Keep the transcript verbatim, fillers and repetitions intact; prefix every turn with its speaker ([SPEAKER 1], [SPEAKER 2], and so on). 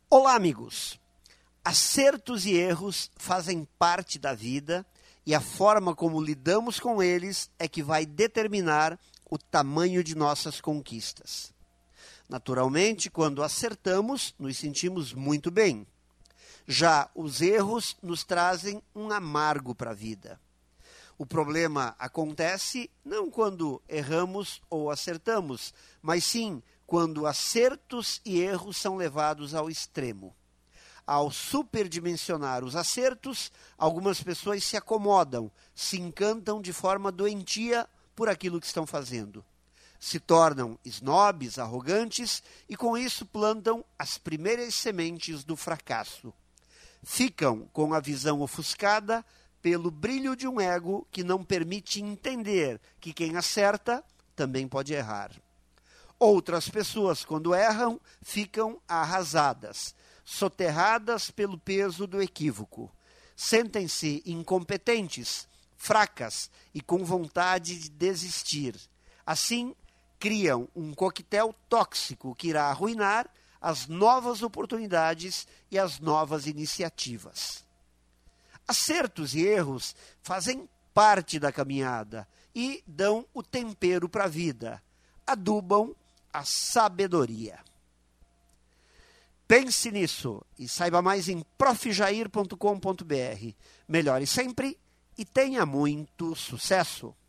[SPEAKER 1] Olá, amigos! Acertos e erros fazem parte da vida e a forma como lidamos com eles é que vai determinar o tamanho de nossas conquistas. Naturalmente, quando acertamos, nos sentimos muito bem. Já os erros nos trazem um amargo para a vida. O problema acontece não quando erramos ou acertamos, mas sim quando acertos e erros são levados ao extremo. Ao superdimensionar os acertos, algumas pessoas se acomodam, se encantam de forma doentia por aquilo que estão fazendo. Se tornam snobs, arrogantes e com isso plantam as primeiras sementes do fracasso. Ficam com a visão ofuscada pelo brilho de um ego que não permite entender que quem acerta também pode errar. Outras pessoas, quando erram, ficam arrasadas, soterradas pelo peso do equívoco. Sentem-se incompetentes, fracas e com vontade de desistir. Assim, criam um coquetel tóxico que irá arruinar as novas oportunidades e as novas iniciativas. Acertos e erros fazem parte da caminhada e dão o tempero para a vida, adubam a sabedoria. Pense nisso e saiba mais em prof jair ponto com ponto br. Melhore sempre e tenha muito sucesso!